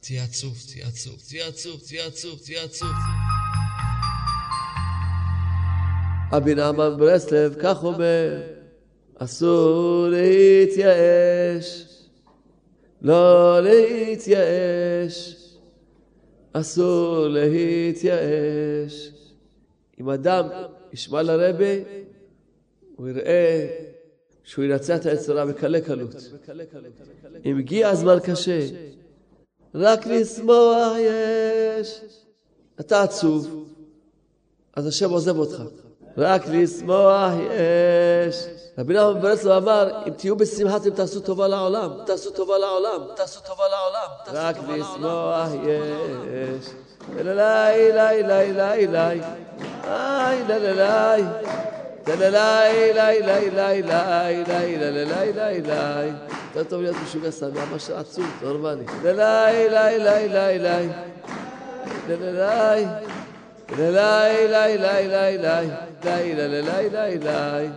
תהיה עצוב, תהיה עצוב, תהיה עצוב, תהיה עצוב, תהיה עצוב. רבי נחמן ברסלב כך אומר, אסור להתייאש, לא להתייאש, אסור להתייאש. אם אדם ישמע לרבי, הוא יראה שהוא ינצח את היצר הרע בקלי קלות. אם הגיע הזמן קשה, רק לשמוח יש. אתה עצוב, אז השם עוזב אותך. רק לשמוח יש. רבי נחמן ברסלב אמר, אם תהיו בשמחה אתם תעשו טובה לעולם. תעשו טובה לעולם. תעשו טובה לעולם. רק לשמוח יש. אללי, לי, לי, לי, לי. איי, לללי. לללי, לי, לי, לי, לי, לי, לללי, לי, לי. יותר טוב להיות משוגע שמח, מה שעצוב, נורמלי. לללי, לי, לי, לי, לי. לללי. לללי, לי, לי, לי, לי. לי, לללי, לי, לי.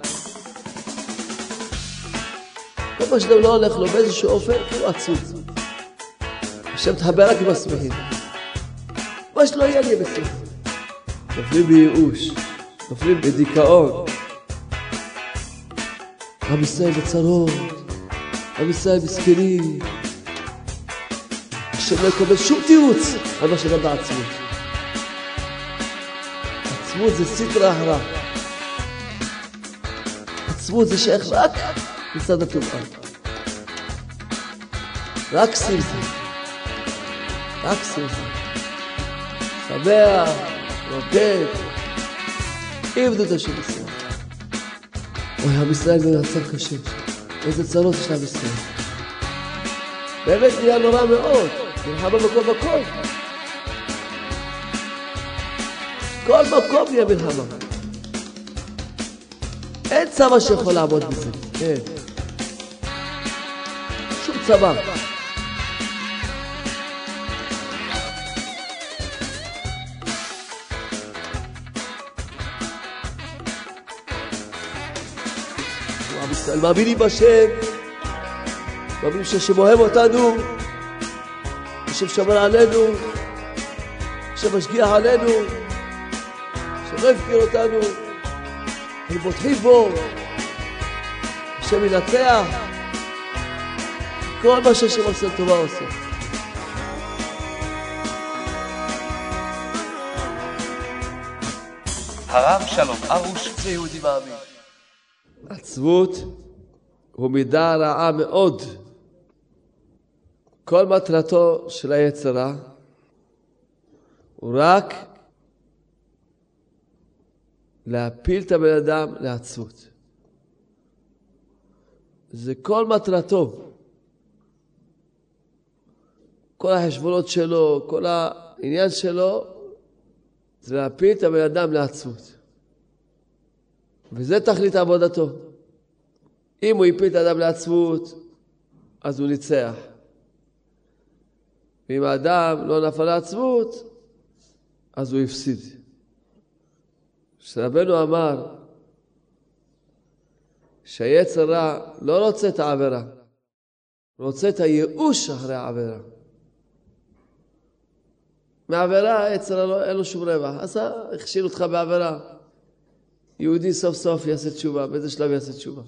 כל מה שאדם לא הולך לו באיזשהו אופן, כאילו עצוב. השם תחבר רק עם השמחים. מה שלא יהיה לי בשמחה. נופלים בייאוש, נופלים בדיכאון. עם ישראל בצרות, עם ישראל בסכנים. השם לא יקבל שום תירוץ על מה שאדם בעצמות. עצמות זה סטרה אחרה. עצמות זה שייך רק מצד התופעה. רק שמחה. רק שמחה. שמח, רוקד. עבדו את השם ישראל. אוי, עם ישראל במצב קשה. איזה צרות יש לעם ישראל. באמת נהיה נורא מאוד. נלחמה בכל מקום. כל מקום נהיה מלחמה. אין צבא שיכול לעמוד בזה. אין. שום צבא. עם ישראל מאמינים בשם. מאמינים שהשם אוהב אותנו. השם שמר עלינו. השם משגיח עלינו. השם לא הפקיר אותנו. אנחנו בוטחים בו. השם ינצח. כל מה שהשם עושה טובה עושה. הרב שלום ארוש זה יהודי מאמין. עצבות הוא מידה רעה מאוד. כל מטרתו של היצר הרע הוא רק להפיל את הבן אדם לעצבות. זה כל מטרתו. כל החשבונות שלו, כל העניין שלו, זה להפיל את הבן אדם לעצבות. וזה תכלית עבודתו. אם הוא יפיל את האדם לעצבות, אז הוא ניצח. ואם האדם לא נפל לעצבות, אז הוא הפסיד. שרבנו אמר שהיצר רע לא רוצה את העבירה, הוא רוצה את הייאוש אחרי העבירה. מעבירה היצר רע אין לו שום רווח, אז הכשיל אותך בעבירה. יהודי סוף סוף יעשה תשובה, באיזה שלב יעשה תשובה?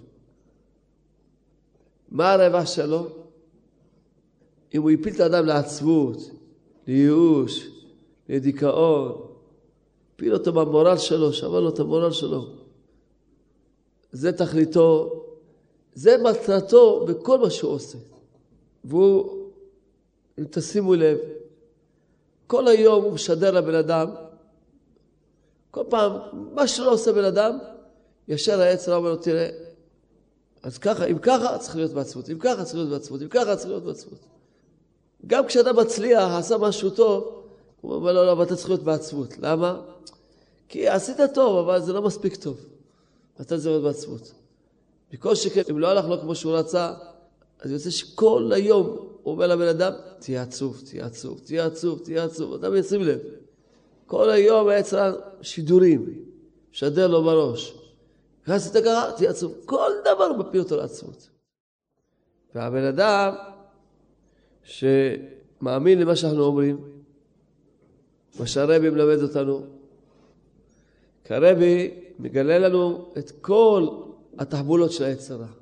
מה הרווח שלו? אם הוא יפיל את האדם לעצבות, לייאוש, לדיכאון, פיל אותו במורל שלו, שבר לו את המורל שלו. זה תכליתו, זה מטרתו בכל מה שהוא עושה. והוא, אם תשימו לב, כל היום הוא משדר לבן אדם, כל פעם, מה שלא עושה בן אדם, ישר היצר אומר לו, תראה, אז ככה, אם ככה צריך להיות בעצבות, אם ככה צריך להיות בעצבות, אם ככה צריך להיות בעצבות. גם כשאדם מצליח, עשה משהו טוב, הוא אומר לו, לא, אבל אתה צריך להיות בעצבות. למה? כי עשית טוב, אבל זה לא מספיק טוב. אתה צריך להיות בעצבות. בכל שכן, אם לא הלך לו כמו שהוא רצה, אז יוצא שכל היום הוא אומר לבן אדם, תהיה עצוב, תהיה עצוב, תהיה עצוב, תהיה עצוב. אדם ישים לב. כל היום היצר שידורים, שדר לו בראש. עשית ככה, תהיה עצוב. כל דבר הוא מפיל אותו לעצבות. והבן אדם מאמין למה שאנחנו אומרים, מה שהרבי מלמד אותנו, כי הרבי מגלה לנו את כל התחבולות של היצר הרע.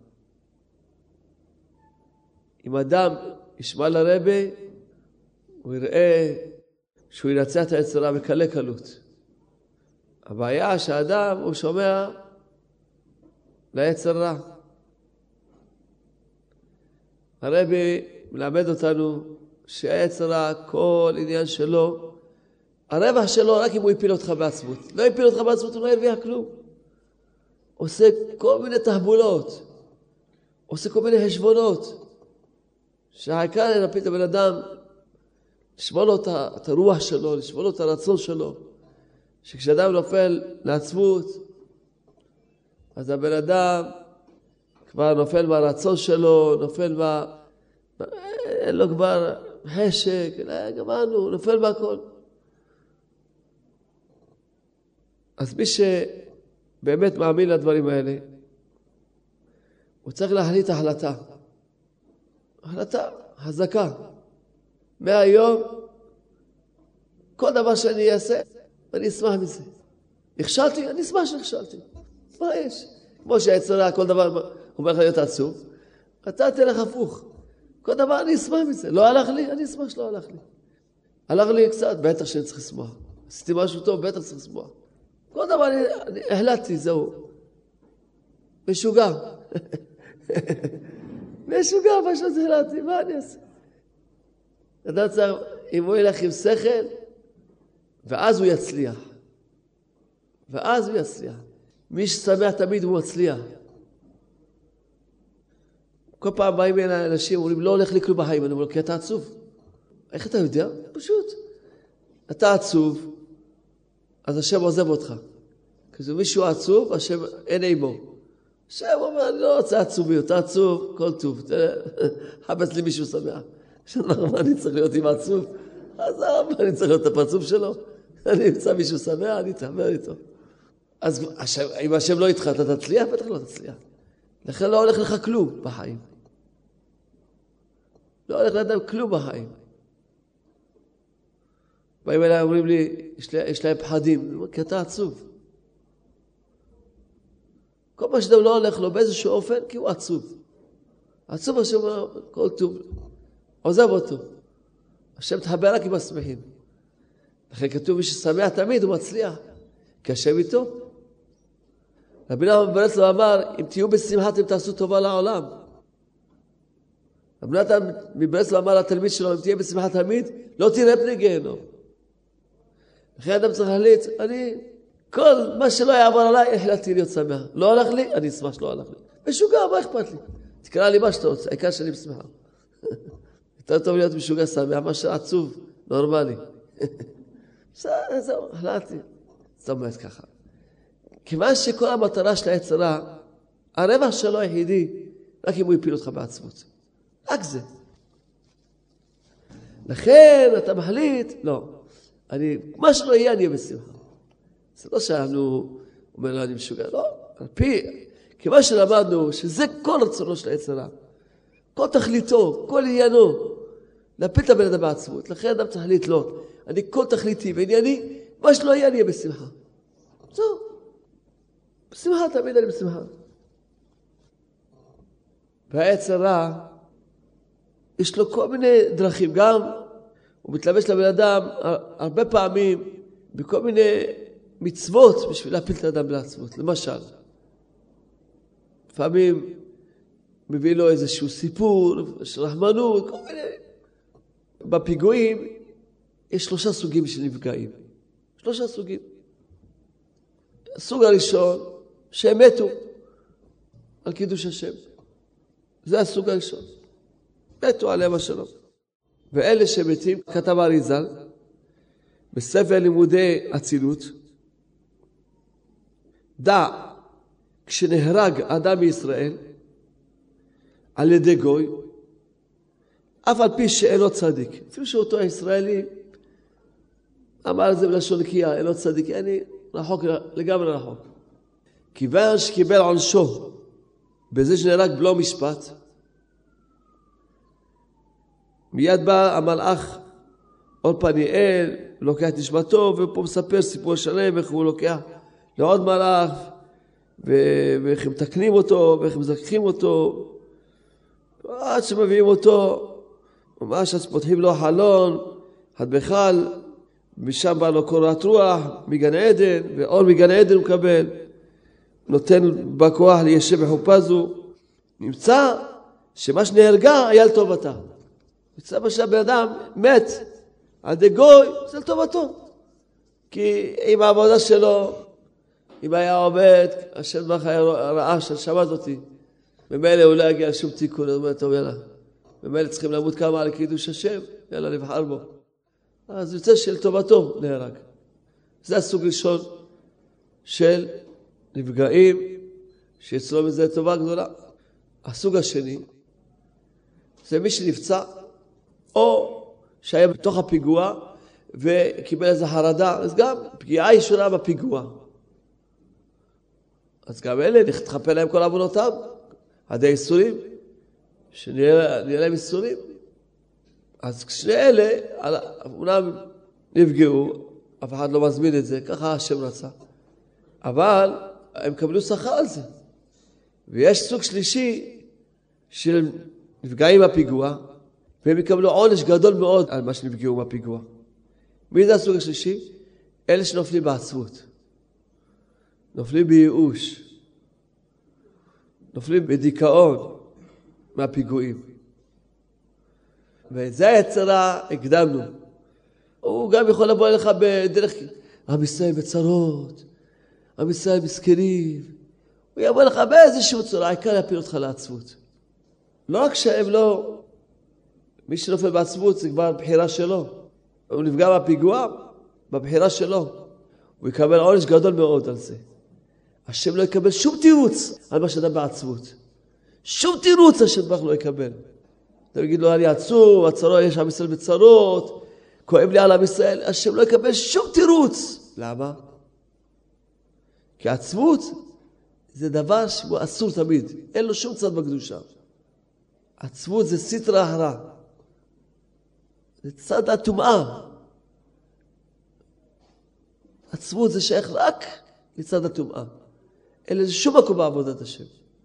אם אדם ישמע לרבי, הוא יראה שהוא ינצח את היצר הרע בקלי קלות. הבעיה שהאדם הוא שומע ליצר הרע. הרבי מלמד אותנו שהיצר הרע, כל עניין שלו, הרווח שלו רק אם הוא יפיל אותך בעצמות. לא יפיל אותך בעצמות, הוא לא ירוויח כלום. עושה כל מיני תחבולות, עושה כל מיני חשבונות, שהעיקר לנפיל את הבן אדם, לשמור לו את הרוח שלו, לשמור לו את הרצון שלו, שכשאדם נופל לעצמות, אז הבן אדם כבר נופל מהרצון שלו, נופל אין לו כבר חשק, גמרנו, נופל מהכל. אז מי שבאמת מאמין לדברים האלה, הוא צריך להחליט החלטה חזקה. מהיום, כל דבר שאני אעשה, אני אשמח מזה. נכשלתי, אני אשמח שנכשלתי. מה יש? כמו שהיצר הרע, כל דבר אומר לך להיות עצוב, אתה תלך הפוך. כל דבר אני אשמח מזה. לא הלך לי, אני אשמח שלא הלך לי. הלך לי קצת, בטח שאני צריך לשמוח. עשיתי משהו טוב, בטח צריך לשמוח. כל דבר אני החלטתי, זהו. משוגע. משוגע, פשוט החלטתי, מה אני אעשה? אדם צריך, אם הוא ילך עם שכל, ואז הוא יצליח. מי ששמח תמיד הוא מצליח. כל פעם באים אליי אנשים, אומרים, לא הולך לי כלום בחיים. אני אומר, כי אתה עצוב. איך אתה יודע? פשוט. אתה עצוב, אז השם עוזב אותך. כשזה מישהו עצוב, השם אין אימו. השם אומר, אני לא רוצה עצוביות, אתה עצוב, כל טוב. חפש לי מישהו שמח. מה אני צריך להיות עם עצוב? אז אני צריך להיות הפרצוף שלו? אני אמצא מישהו שמח, אני אתחבר איתו. אז אם השם לא איתך, אתה תצליח? בטח לא תצליח. לכן לא הולך לך כלום בחיים. לא הולך לאדם כלום בחיים. באים אליי, אומרים לי, יש להם פחדים. אני אומר, כי אתה עצוב. כל מה שאדם לא הולך לו באיזשהו אופן, כי הוא עצוב. עצוב השם אומר, כל טוב. עוזב אותו. השם תחבר רק עם השמחים. לכן כתוב, מי ששמח תמיד הוא מצליח. כי השם איתו. רבי נחמן מברסלב אמר, אם תהיו בשמחה אתם תעשו טובה לעולם. רבי נחמן מברסלב אמר לתלמיד שלו, אם תהיה בשמחה תמיד, לא תראה פני גיהנום. לכן אדם צריך להחליט, כל מה שלא יעבור עליי, החלטתי להיות שמח. לא הלך לי, אני אשמח שלא הלך לי. משוגע, מה אכפת לי? תקרא לי מה שאתה רוצה, העיקר שאני בשמחה. יותר טוב להיות משוגע שמח, מה שעצוב, נורמלי. זהו, החלטתי. זאת אומרת ככה. כיוון שכל המטרה של היצר הרע, הרווח שלו היחידי, רק אם הוא יפיל אותך בעצמות. רק זה. לכן אתה מחליט, לא. מה שלא יהיה, אני אהיה בשמחה. זה לא שאנו, אומר לו, אני משוגע. לא, על פי, כיוון שלמדנו שזה כל רצונו של היצר הרע. כל תכליתו, כל עניינו, להפיל את הבן אדם בעצמות. לכן אדם תחליט, לא. אני כל תכליתי וענייני, מה שלא יהיה, אני אהיה בשמחה. זהו. בשמחה, תמיד אני בשמחה. והיצר הרע, יש לו כל מיני דרכים. גם הוא מתלבש לבן אדם הרבה פעמים בכל מיני מצוות בשביל להפיל את האדם לעצמות. למשל, לפעמים מביא לו איזשהו סיפור של רחמנות, כל מיני. בפיגועים יש 3 סוגים של נפגעים. 3 סוגים. הסוג הראשון, שהם מתו על קידוש השם. זה הסוג הראשון. מתו עליהם השלום. ואלה שמתים, כתב אריזל, בספר לימודי אצילות, דע, כשנהרג אדם מישראל, על ידי גוי, אף על פי שאינו צדיק. אפילו שאותו הישראלי אמר את זה בלשון נקייה, אינו צדיק, אני רחוק, לגמרי רחוק. כיוון שקיבל עונשו, בזה שנהרג בלא משפט, מיד בא המלאך עוד פניאל, לוקח את נשמתו, ופה מספר סיפור שלם, איך הוא לוקח לעוד מלאך, ואיך הם מתקנים אותו, ואיך הם מזכחים אותו, עד שמביאים אותו, ממש אז פותחים לו חלון, הדבחל, משם בא לו קורת רוח, מגן עדן, ואור מגן עדן הוא מקבל, נותן בכוח ליישב בחופה זו, נמצא שמה שנהרגה היה לטובתה. נמצא מה שהבן אדם מת, על ידי גוי, זה לטובתו. כי עם העבודה שלו, אם היה עובד, השם מלך היה רעה של שבת אותי, ממילא הוא לא יגיע לשום תיקון, הוא אומר, טוב יאללה, ממילא צריכים למות כמה על קידוש השם, יאללה נבחר בו. אז יוצא של טובתו נהרג. זה הסוג ראשון של נפגעים, שאצלו מזה טובה גדולה. הסוג השני, זה מי שנפצע, או שהיה בתוך הפיגוע, וקיבל איזו חרדה, אז גם פגיעה ישורה בפיגוע. אז גם אלה, נתחפה להם כל עוונותיו, עדי איסורים, שנראה להם איסורים. אז כשני אלה, אומנם נפגעו, אף אחד לא מזמין את זה, ככה השם רצה. אבל הם קבלו שכר על זה. ויש סוג שלישי של נפגעים בפיגוע, והם יקבלו עונש גדול מאוד על מה שנפגעו בפיגוע. מי זה הסוג השלישי? אלה שנופלים בעצבות. נופלים בייאוש. נופלים בדיכאון מהפיגועים. וזה היצרה הקדמנו. הוא גם יכול לבוא אליך בדרך, עם ישראל בצרות, עם ישראל מסכנים. הוא יבוא לך באיזשהו צורה, העיקר יפיל אותך לעצבות. לא רק שהם לא, מי שנופל בעצבות זה כבר בחירה שלו. הוא נפגע בפיגוע, בבחירה שלו. הוא יקבל עונש גדול מאוד על זה. השם לא יקבל שום תירוץ על מה שאדם בעצבות. שום תירוץ השם לא יקבל. אתה יגיד לו, אני עצוב, הצרות, יש עם ישראל בצרות, כואב לי על עם ישראל, השם לא יקבל שום תירוץ. למה? כי עצבות זה דבר שהוא אסור תמיד. אין לו שום צד בקדושה. עצבות זה סטרה הרע. זה צד הטומאה. עצבות זה שייך רק לצד הטומאה. אין לזה שום מקום בעבודת השם.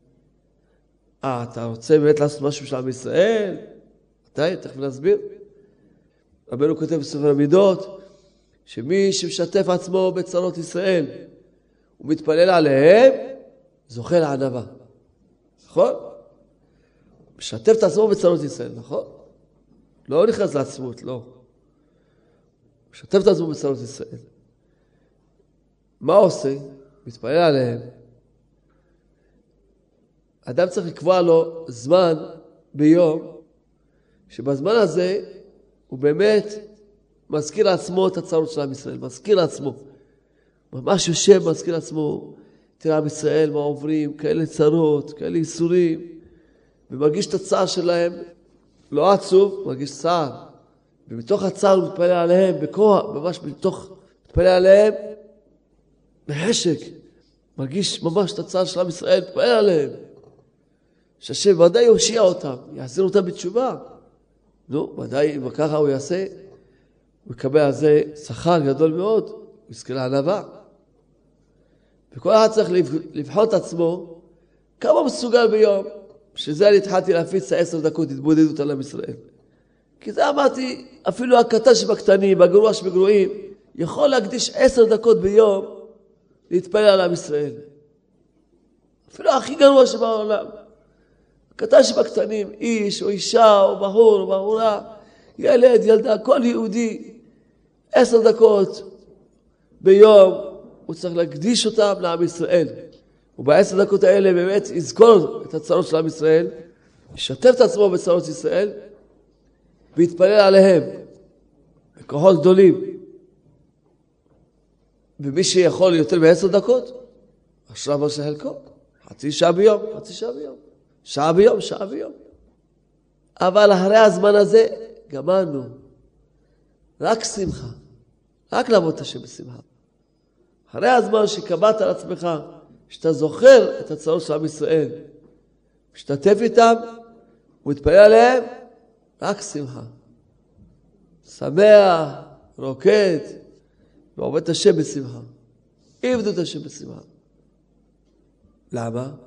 אתה רוצה באמת לעשות משהו של עם ישראל? תכף נסביר. רבנו כותב בספר המידות, שמי שמשתף עצמו בצרות ישראל, הוא מתפלל עליהם, זוכה לענווה. נכון? משתף את עצמו בצרות ישראל, נכון? לא נכנס לעצמות, לא. משתף את עצמו בצרות ישראל. מה עושה? מתפלל עליהם. אדם צריך לקבוע לו זמן ביום, שבזמן הזה הוא באמת מזכיר לעצמו את הצרות של עם ישראל, מזכיר לעצמו. ממש יושב, מזכיר לעצמו, תראה עם ישראל מה עוברים, כאלה צרות, כאלה איסורים, ומרגיש את הצער שלהם, לא עצוב, מרגיש צער. ומתוך הצער הוא מתפלל עליהם, בכוח, ממש מתפלל עליהם, בחשק. מרגיש ממש את הצער של עם ישראל, מתפלל עליהם. שהשם ודאי יושיע אותם, יחזיר אותם בתשובה. נו, ודאי, וככה הוא יעשה, הוא יקבל על זה שכר גדול מאוד, הוא יזכה לענווה. וכל אחד צריך לבחון את עצמו, כמה מסוגל ביום, שזה אני התחלתי להפיץ 10 דקות התבודדות על עם ישראל. כי זה אמרתי, אפילו הקטן שבקטנים, הגרוע שבגרועים, יכול להקדיש 10 דקות ביום להתפלל על עם ישראל. אפילו הכי גרוע שבעולם. הקטן שבקטנים, איש או אישה או בחור או בחורה, ילד, ילדה, כל יהודי, 10 דקות ביום, הוא צריך להקדיש אותם לעם ישראל. וב10 דקות האלה באמת יזכור את הצרות של עם ישראל, ישתף את עצמו בצרות ישראל, ויתפלל עליהם בכוחות גדולים. ומי שיכול יותר מ10 דקות, אשריו עושה חלקו. חצי שעה ביום, חצי שעה ביום. שעה ביום, שעה ביום. אבל אחרי הזמן הזה, גמרנו. רק שמחה. רק לעבוד את השם בשמחה. אחרי הזמן שקבעת על עצמך, שאתה זוכר את הצרות של עם ישראל, משתתף איתם, הוא מתפלל עליהם, רק שמחה. שמח, רוקד, ועובד את השם בשמחה. עבדו את השם בשמחה. למה?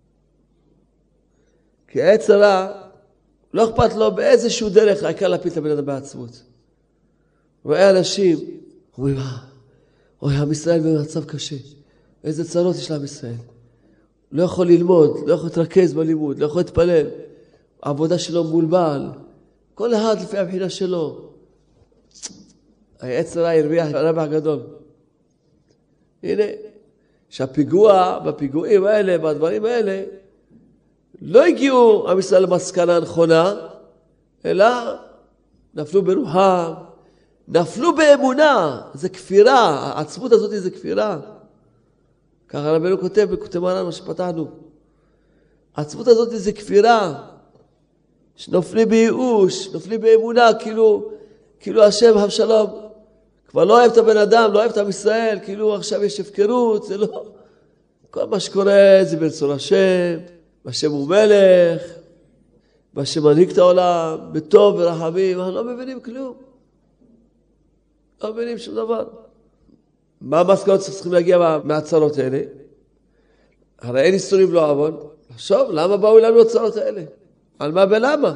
כי העץ הרע, לא אכפת לו באיזשהו דרך, העיקר להפיל את הבן אדם בעצמות. רואה אנשים, אומרים, אוי, עם ישראל במצב קשה. איזה צרות יש לעם ישראל. לא יכול ללמוד, לא יכול להתרכז בלימוד, לא יכול להתפלל. העבודה שלו מולבל. כל אחד לפי הבחינה שלו. העץ הרע הרוויח רווח גדול. הנה, שהפיגוע, בפיגועים האלה, בדברים האלה, לא הגיעו עם ישראל למסקנה הנכונה, אלא נפלו ברוחם, נפלו באמונה. זה כפירה, העצמות הזאת זה כפירה. ככה רבנו כותב בכותב מרן מה שפתחנו. העצמות הזאת זה כפירה. שנופלים בייאוש, נופלים באמונה, כאילו השם אבשלום כבר לא אוהב את הבן אדם, לא אוהב את עם ישראל, כאילו עכשיו יש הפקרות, זה לא. כל מה שקורה זה ברצון השם, השם הוא מלך, השם מנהיג את העולם, בטוב ורחמים, אנחנו לא מבינים כלום. לא מבינים שום דבר. מה המסקנות שצריכים להגיע מהצרות האלה? הרי אין איסורים לא עוון. עכשיו, למה באו אלינו הצרות האלה? על מה ולמה?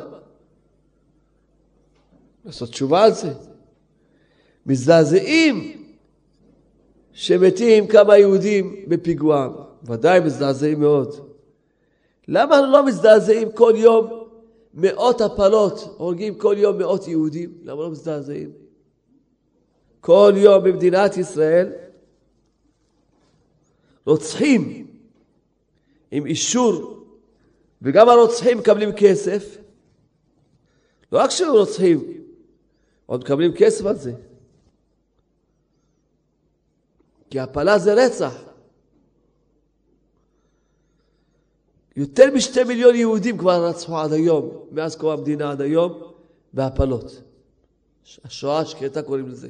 לעשות תשובה על זה. מזדעזעים שמתים כמה יהודים בפיגועם. ודאי מזדעזעים מאוד. למה אנחנו לא מזדעזעים כל יום מאות הפלות? הורגים כל יום מאות יהודים. למה לא מזדעזעים? כל יום במדינת ישראל רוצחים עם אישור, וגם הרוצחים מקבלים כסף. לא רק שהם רוצחים, עוד מקבלים כסף על זה. כי הפלה זה רצח. יותר מ2 מיליון יהודים כבר רצחו עד היום, מאז קום המדינה עד היום, בהפלות. השואה שקטה קוראים לזה.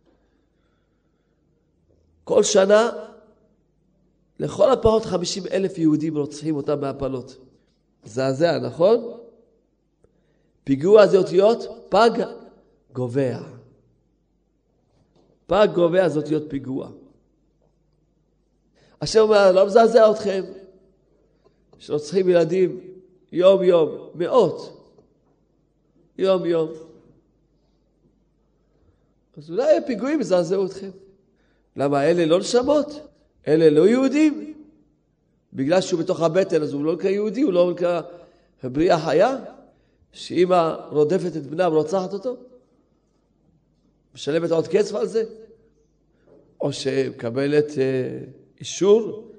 כל שנה, לכל הפחות 50,000 יהודים רוצחים אותם בהפלות. זעזע, נכון? פיגוע זה אותיות פג גובע. פג גובע זה אותיות פיגוע. השם אומר, לא מזעזע אתכם, שרוצחים ילדים יום יום, מאות, יום יום. אז אולי הפיגועים מזעזעו אתכם. למה? אלה לא נשמות? אלה לא יהודים? בגלל שהוא בתוך הבטן, אז הוא לא נקרא יהודי, הוא לא נקרא בריאה חיה? שאמא רודפת את בנה ורוצחת אותו? משלמת עוד כסף על זה? או שמקבלת אישור?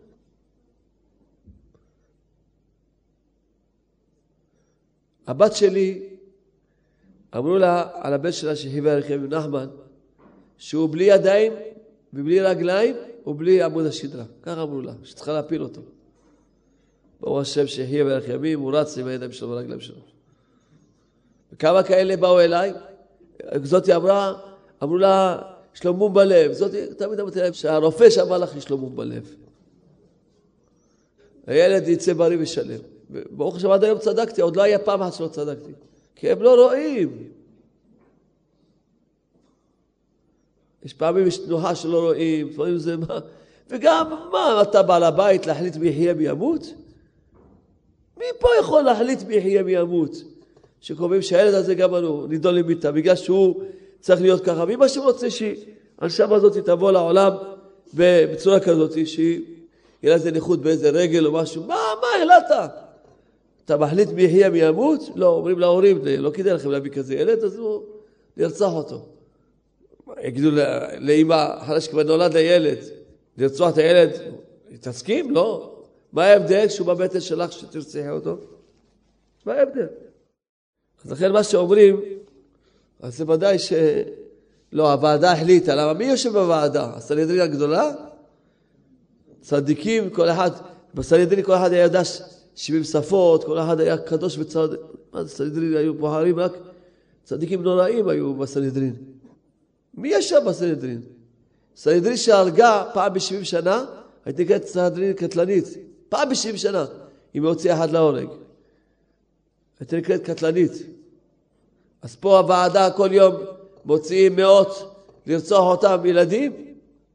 הבת שלי, אמרו לה על הבן שלה שחיוור רחם נחמן, שהוא בלי ידיים ובלי רגליים ובלי עמוד השדרה. ככה אמרו לה, שצריכה להפיל אותו. ברוך השם שיחיה ויאריך ימים, הוא רץ עם הידיים שלו והרגליים שלו. וכמה כאלה באו אליי, זאתי אמרו לה, יש לו מום בלב. זאתי תמיד אמרתי להם שהרופא שאמר לך יש לו מום בלב. הילד יצא בריא ושלם. ברוך השם עד היום צדקתי, עוד לא היה פעם אחת שלא צדקתי. כי הם לא רואים. יש פעמים יש תנוחה שלא רואים, לפעמים זה מה. וגם מה, אתה בעל הבית להחליט מי יחיה מי ימות? מי פה יכול להחליט מי יחיה מי ימות? שקובעים שהילד הזה גם נידון למיטה, בגלל שהוא צריך להיות ככה. מי מה שרוצה שהנשמה הזאת תבוא לעולם בצורה כזאת, שיהיה לזה נכות באיזה רגל או משהו. מה החלטת? אתה מחליט מי יחיה מי ימות? לא, אומרים להורים, לא כדאי לכם להביא כזה ילד, אז הוא נרצח אותו. יגידו לאמא, אחרי שכבר נולד לילד, לרצוח את הילד, תסכים? לא. מה ההבדל שהוא בבטן שלך שתרצחי אותו? מה ההבדל? אז לכן מה שאומרים, אז זה ודאי לא, הוועדה החליטה. למה? מי יושב בוועדה? הסנהדרין הגדולה? צדיקים, כל אחד, בסנהדרין כל אחד היה יודע 70 שפות, כל אחד היה קדוש וצדיק. מה זה סנהדרין? היו בוחרים רק צדיקים נוראים היו בסנהדרין. מי ישב בסנהדרין? סנהדרין שהרגה פעם ב-70 שנה, הייתה נקראת סנהדרין קטלנית. פעם ב-70 שנה, היא מהוציאה אחד להורג. הייתה נקראת קטלנית. אז פה הוועדה כל יום מוציאים מאות לרצוח אותם ילדים?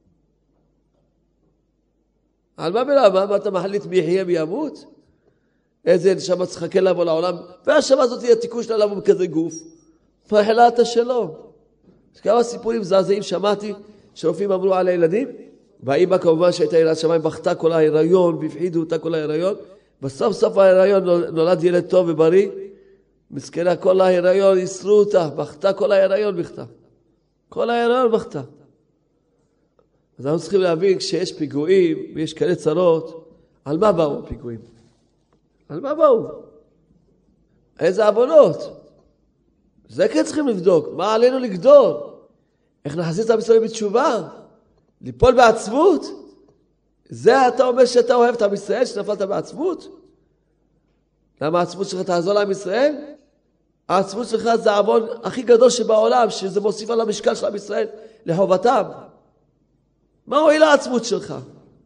על מה ולמה? מה אתה מחליט מי יחיה מי ימות? איזה נשמה צריכה לבוא לעולם, והשמה הזאת היא התיקון שלה לבוא בכזה גוף. מה החלטת שלא? כמה סיפורים זעזעים שמעתי שרופאים אמרו על הילדים, והאימא כמובן שהייתה ילד שמיים בכתה כל ההיריון והפחידו אותה כל ההיריון. בסוף סוף ההיריון נולד ילד טוב ובריא, מסכנה כל ההיריון יסרו אותה, בכתה כל ההיריון בכתה, כל ההיריון בכתה. אז אנחנו צריכים להבין כשיש פיגועים ויש כאלה צרות, על מה באו הפיגועים? על מה באו? איזה עוונות? זה כן צריכים לבדוק. מה עלינו לגדור? איך נחזיר את עם ישראל בתשובה? ליפול בעצמות? זה אתה אומר שאתה אוהב את עם ישראל, שנפלת בעצמות? למה העצמות שלך תעזור לעם ישראל? העצמות שלך זה העוון הכי גדול שבעולם, שזה מוסיף על המשקל של עם ישראל לחובתם. מה הועיל העצמות שלך?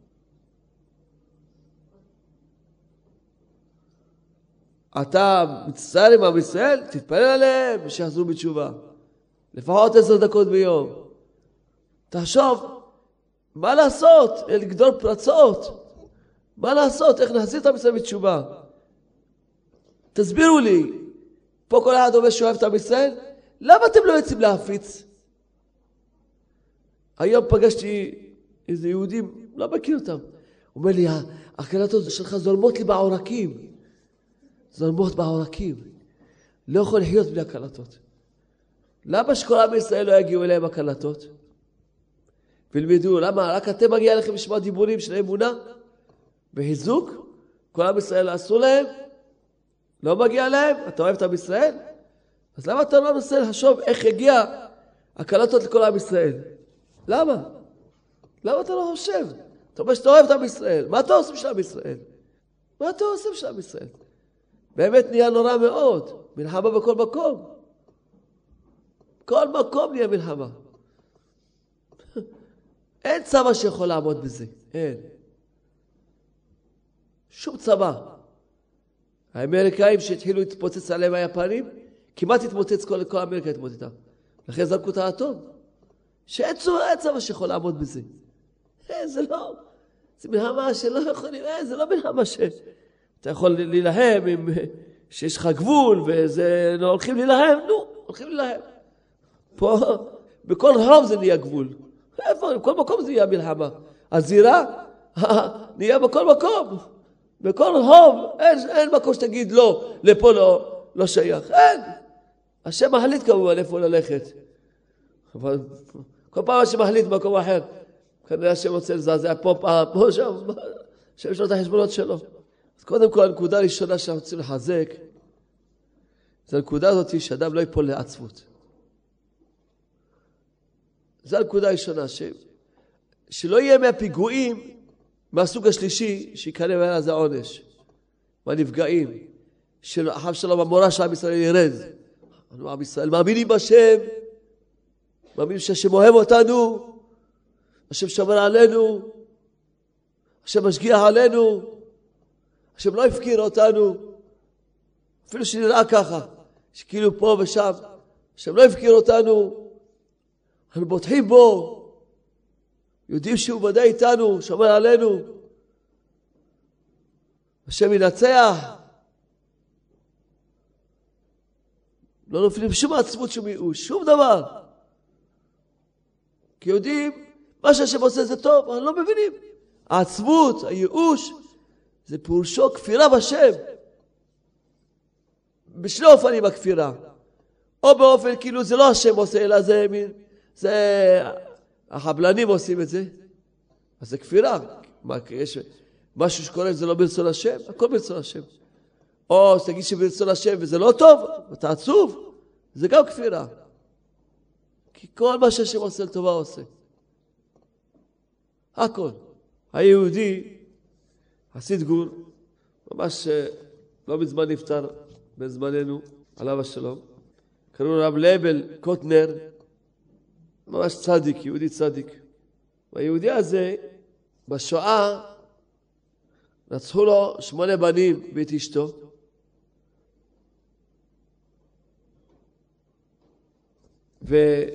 אתה מצטער עם עם ישראל, תתפלל עליהם שיחזרו בתשובה. לפחות 10 דקות ביום. תחשוב, מה לעשות? לגדול פרצות. מה לעשות? איך נחזיר את עם ישראל בתשובה? תסבירו לי. פה כל אחד אומר שאוהב את עם ישראל. למה אתם לא יוצאים להפיץ? היום פגשתי איזה יהודים, לא מכיר אותם. הוא אומר לי, הקלטות שלך זורמות לי בעורקים. זורמות בעורקים. לא יכול לחיות בלי הקלטות. למה שכל עם ישראל לא יגיעו אליהם הקלטות? ולמדו, למה? רק אתם מגיע לכם לשמוע דיבורים של אמונה? בחיזוק? כל עם ישראל אסור להם? לא מגיע להם? אתה אוהב את עם ישראל? אז למה אתה לא מנסה לחשוב איך יגיע הקלטות לכל עם ישראל? למה? למה אתה לא חושב? אתה אומר שאתה אוהב את עם ישראל. מה אתה עושה בשביל עם ישראל? מה אתה עושה בשביל עם ישראל? באמת נהיה נורא מאוד. מלחמה בכל מקום. כל מקום נהיה מלחמה. אין צבא שיכול לעמוד בזה. אין. שום צבא. האמריקאים שהתחילו להתפוצץ עליהם היפנים, כמעט התמוצץ כל אמריקה התמוצצה. לכן זרקו את האטום. שאין צבא שיכול לעמוד בזה. זה לא. זה מלחמה שלא יכולים. זה לא מלחמה אתה יכול להילהם עם, שיש לך גבול וזה לא הולכים להילהם. נו, הולכים להילהם. פה, בכל רחוב זה נהיה גבול. איפה? בכל מקום זה נהיה מלחמה. הזירה נהיה בכל מקום. בכל רחוב. אין מקום שתגיד לא, לפה לא שייך. אין. השם מחליט כמובן איפה ללכת. אבל כל פעם השם מחליט במקום אחר. כנראה השם רוצה לזעזע פה שם. השם יש לו את החשבונות שלו. אז קודם כל, הנקודה הראשונה שאנחנו רוצים לחזק, זה הנקודה הזאת שאדם לא ייפול לעצמות. זו הנקודה הראשונה, שלא יהיה מהפיגועים מהסוג השלישי, שיקנה מעלה זה עונש. מהנפגעים, שאחר שלום המורה של עם ישראל ירד. אנחנו עם ישראל מאמינים בשם, מאמינים שהשם אוהב אותנו, השם שומר עלינו, השם משגיח עלינו, השם לא הפקיר אותנו, אפילו שנראה ככה, שכאילו פה ושם, השם לא הפקיר אותנו, אנחנו בוטחים בו, יודעים שהוא ודאי איתנו, שומר עלינו, השם ינצח, לא נופלים שום עצמות, שום ייאוש, שום דבר, כי יודעים, מה שהשם עושה זה טוב, אנחנו לא מבינים, העצמות, הייאוש, זה פירושו כפירה בשם. בשני אופנים הכפירה. או באופן כאילו זה לא השם עושה, אלא זה החבלנים עושים את זה. אז זה כפירה. יש משהו שקורה שזה לא ברצון השם, הכל ברצון השם. או תגיד שברצון השם וזה לא טוב, אתה עצוב, זה גם כפירה. כי כל מה שהשם עושה לטובה עושה. הכל. היהודי, חסיד גור, ממש לא מזמן נפטר בזמננו, עליו השלום. קראו לו רב לייבל קוטנר, ממש צדיק, יהודי צדיק. והיהודי הזה, בשואה, רצחו לו 8 בנים ואת אשתו. והוא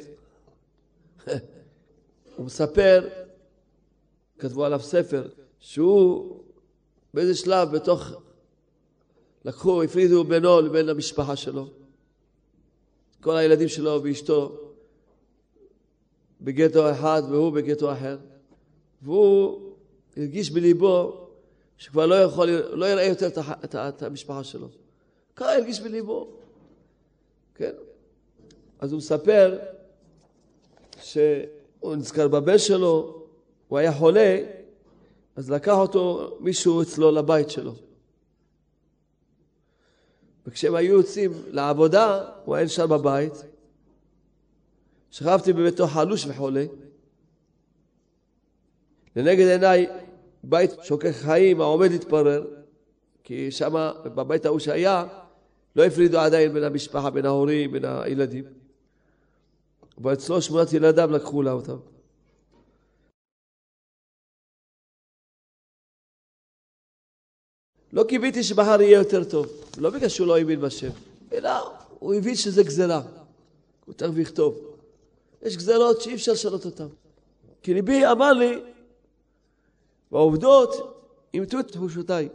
מספר, כתבו עליו ספר, שהוא באיזה שלב הפרידו בינו לבין המשפחה שלו. כל הילדים שלו ואשתו בגטו אחד והוא בגטו אחר. והוא הרגיש בליבו שכבר לא יראה יותר את המשפחה שלו. ככה הרגיש בליבו. כן? אז הוא מספר שהוא נזכר בבן שלו, הוא היה חולה, אז לקח אותו מישהו אצלו לבית שלו. וכשהם היו יוצאים לעבודה, הוא היה נשאר בבית. שכבתי בביתו חלוש וחולה. לנגד עיניי בית שוקק חיים העומד להתפרר, כי שם בבית ההוא שהיה לא הפרידו עדיין בין המשפחה, בין ההורים, בין הילדים. ואצלו 8 ילדיו לקחו לה אותם. לא קיוויתי שבחר יהיה יותר טוב, לא בגלל שהוא לא האמין בשם, אלא הוא הבין שזה גזרה. הוא צריך לכתוב. יש גזרות שאי אפשר לשנות אותן. כי ליבי אמר לי, והעובדות אימתו את תחושותיי.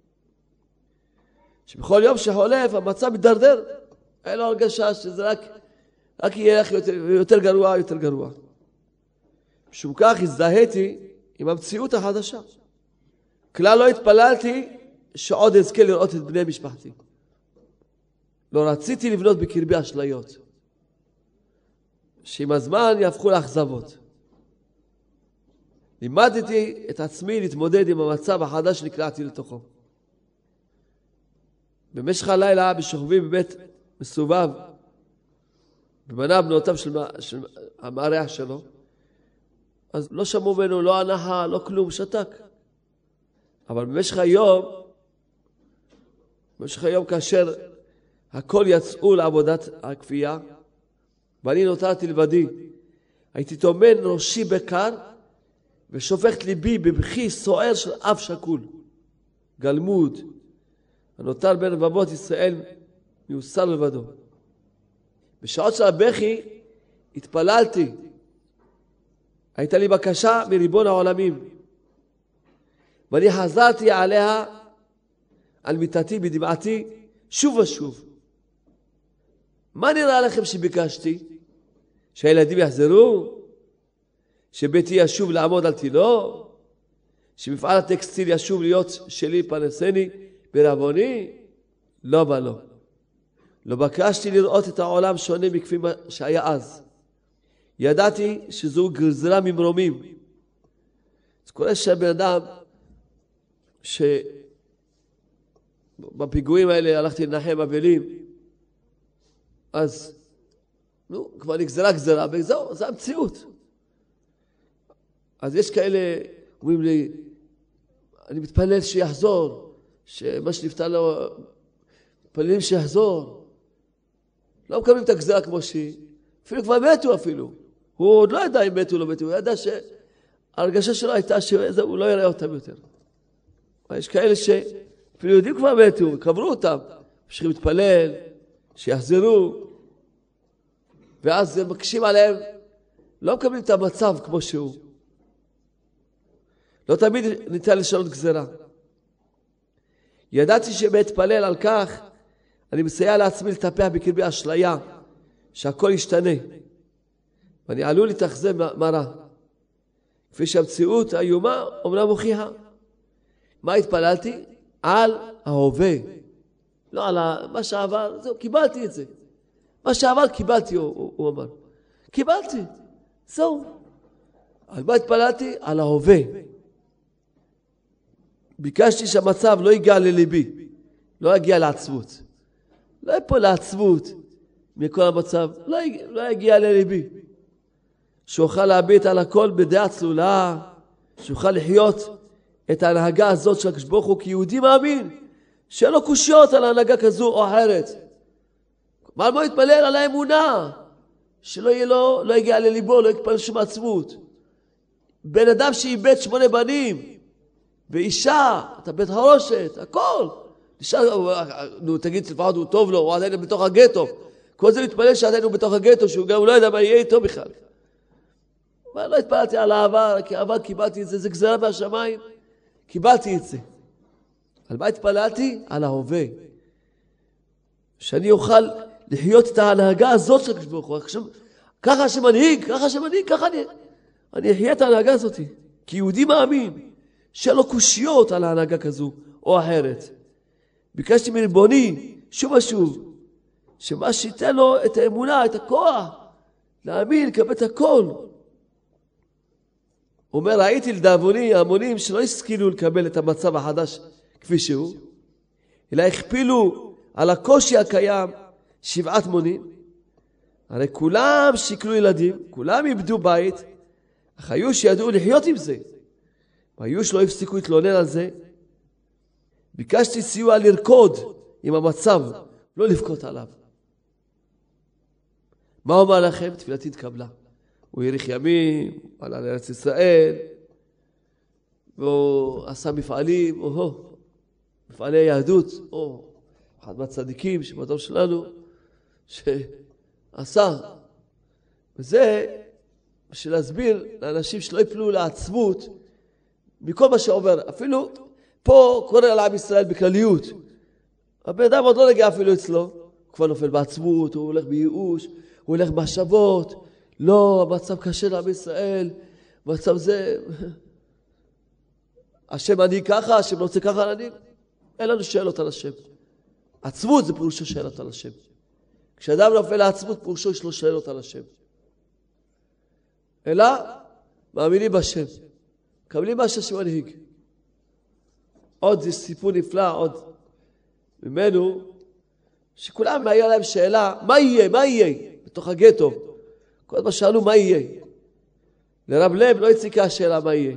שבכל יום שחולף המצב מתדרדר. היה לו הרגשה שזה רק יהיה יותר גרוע, יותר גרוע. משום כך הזדהיתי עם המציאות החדשה. כלל לא התפללתי שעוד אזכה לראות את בני משפחתי. לא רציתי לבנות בקרבי אשליות. שעם הזמן יהפכו לאכזבות. לימדתי את עצמי להתמודד עם המצב החדש שנקלעתי לתוכו. במשך הלילה בשוכבי בבית מסובב, בבניו בנותיו של המארח שלו, אז לא שמעו ממנו, לא הנחה, לא כלום, שתק. אבל במשך היום כאשר הכל יצאו לעבודת הכפייה, ואני נותרתי לבדי, הייתי תומן ראשי בקר, ושופכת ליבי בבכי סוער של אב שקול, גלמוד, הנותר בין רבבות ישראל מיוסר לבדו. בשעות של הבכי התפללתי, הייתה לי בקשה מריבון העולמים, ואני חזרתי עליה, על מיטתי בדמעתי, שוב ושוב. מה נראה לכם שביקשתי? שהילדים יחזרו? שביתי ישוב לעמוד על תילו? שמפעל הטקסטיל ישוב להיות שלי פרנסני ברבוני? לא ולא. לא בקשתי לראות את העולם שונה מכפי שהיה אז. ידעתי שזו גזרה ממרומים. זה קורה שהבן אדם שבפיגועים האלה הלכתי לנחם אבלים, אז כבר נגזרה גזרה, וזהו, זה המציאות. אז יש כאלה, אומרים לי, אני מתפלל שיחזור, שמה שנפטר לו, מתפללים שיחזור. לא מקבלים את הגזרה כמו שהיא. אפילו כבר מתו אפילו. הוא עוד לא ידע אם מתו או לא מתו, הוא ידע שההרגשה שלו הייתה שהוא לא יראה אותם יותר. יש כאלה שאפילו יודעים כבר מתו, קברו אותם, ממשיכים להתפלל, שיחזרו, ואז הם מקשים עליהם, לא מקבלים את המצב כמו שהוא. לא תמיד ניתן לשנות גזרה. ידעתי שבהתפלל על כך, אני מסייע לעצמי לטפח בקרבי אשליה, שהכל ישתנה. ואני עלול להתאכזב מרה. כפי שהמציאות האיומה אומנם מוכיחה. מה התפללתי? על ההווה. לא על מה שעבר, זהו, קיבלתי את זה. מה שעבר קיבלתי, הוא אמר. קיבלתי, זהו. על מה התפללתי? על ההווה. ביקשתי שהמצב לא יגיע לליבי, לא יגיע לעצבות. לא יפול לעצבות מכל המצב, לא יגיע לליבי. שאוכל להביט על הכל בדעה צלולה, שאוכל לחיות את ההנהגה הזאת של הקדוש ברוך הוא כיהודי מאמין, שאין לו קושיות על ההנהגה כזו או אחרת. מה לא יתפלל על האמונה, שלא יהיה לו, לא יגיע לליבו, לא יתפלל שום עצמות. בן אדם שאיבד 8 בנים, ואישה, אתה בית חרושת, הכל. אישה, נו תגיד לפחות הוא טוב לו, הוא עדיין בתוך הגטו. כל זה מתפלל שעדיין הוא בתוך הגטו, שהוא גם לא יודע מה יהיה איתו בכלל. אבל לא התפללתי על העבר, כי העבר קיבלתי את זה, זה גזרה מהשמיים, קיבלתי את זה. על מה התפללתי? על ההווה. שאני אוכל לחיות את ההנהגה הזאת של ברוך הוא. ככה שמנהיג, ככה אני אחיה את ההנהגה הזאת. כי יהודי מאמין, שאין לו קושיות על ההנהגה כזו או אחרת. ביקשתי מריבוני, שוב ושוב, שמה שייתן לו את האמונה, את הכוח, להאמין, לקבל את הכל. הוא אומר, ראיתי לדאבוני ההמונים שלא השכילו לקבל את המצב החדש כפי שהוא, אלא הכפילו על הקושי הקיים 7 מונים. הרי כולם שיקלו ילדים, כולם איבדו בית, אך היו שידעו לחיות עם זה. והיו שלא הפסיקו להתלונן על זה. ביקשתי סיוע לרקוד עם המצב, לא לבכות עליו. מה אומר לכם? תפילתי התקבלה. הוא האריך ימים, עלה לארץ ישראל, והוא עשה מפעלים, מפעלי יהדות, אחד מהצדיקים שבדור שלנו, שעשה. וזה בשביל להסביר לאנשים שלא יפלו לעצמות מכל מה שעובר. אפילו פה קורא על עם ישראל בכלליות. הבן אדם עוד לא נגע אפילו אצלו. הוא כבר נופל בעצמות, הוא הולך בייאוש, הוא הולך בהשבות. לא, המצב קשה לעם ישראל, מצב זה... השם אני ככה, השם לא רוצה ככה אני... אין לנו שאלות על השם. עצמות זה פירושו שאלות על השם. כשאדם נופל לעצמות פירושו יש לו שאלות על השם. אלא מאמינים בשם. מקבלים מה שהשם מנהיג. עוד זה סיפור נפלא, עוד ממנו, שכולם היה להם שאלה, מה יהיה? בתוך הגטו. כל הזמן שאלו מה יהיה. לרב לב לא הציקה השאלה מה יהיה.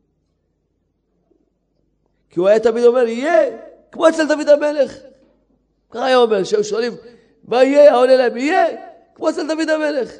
כי הוא היה תמיד אומר, יהיה, כמו אצל דוד המלך. ככה היה אומר, שהיו שואלים, מה יהיה? העונה להם, יהיה, כמו אצל דוד המלך.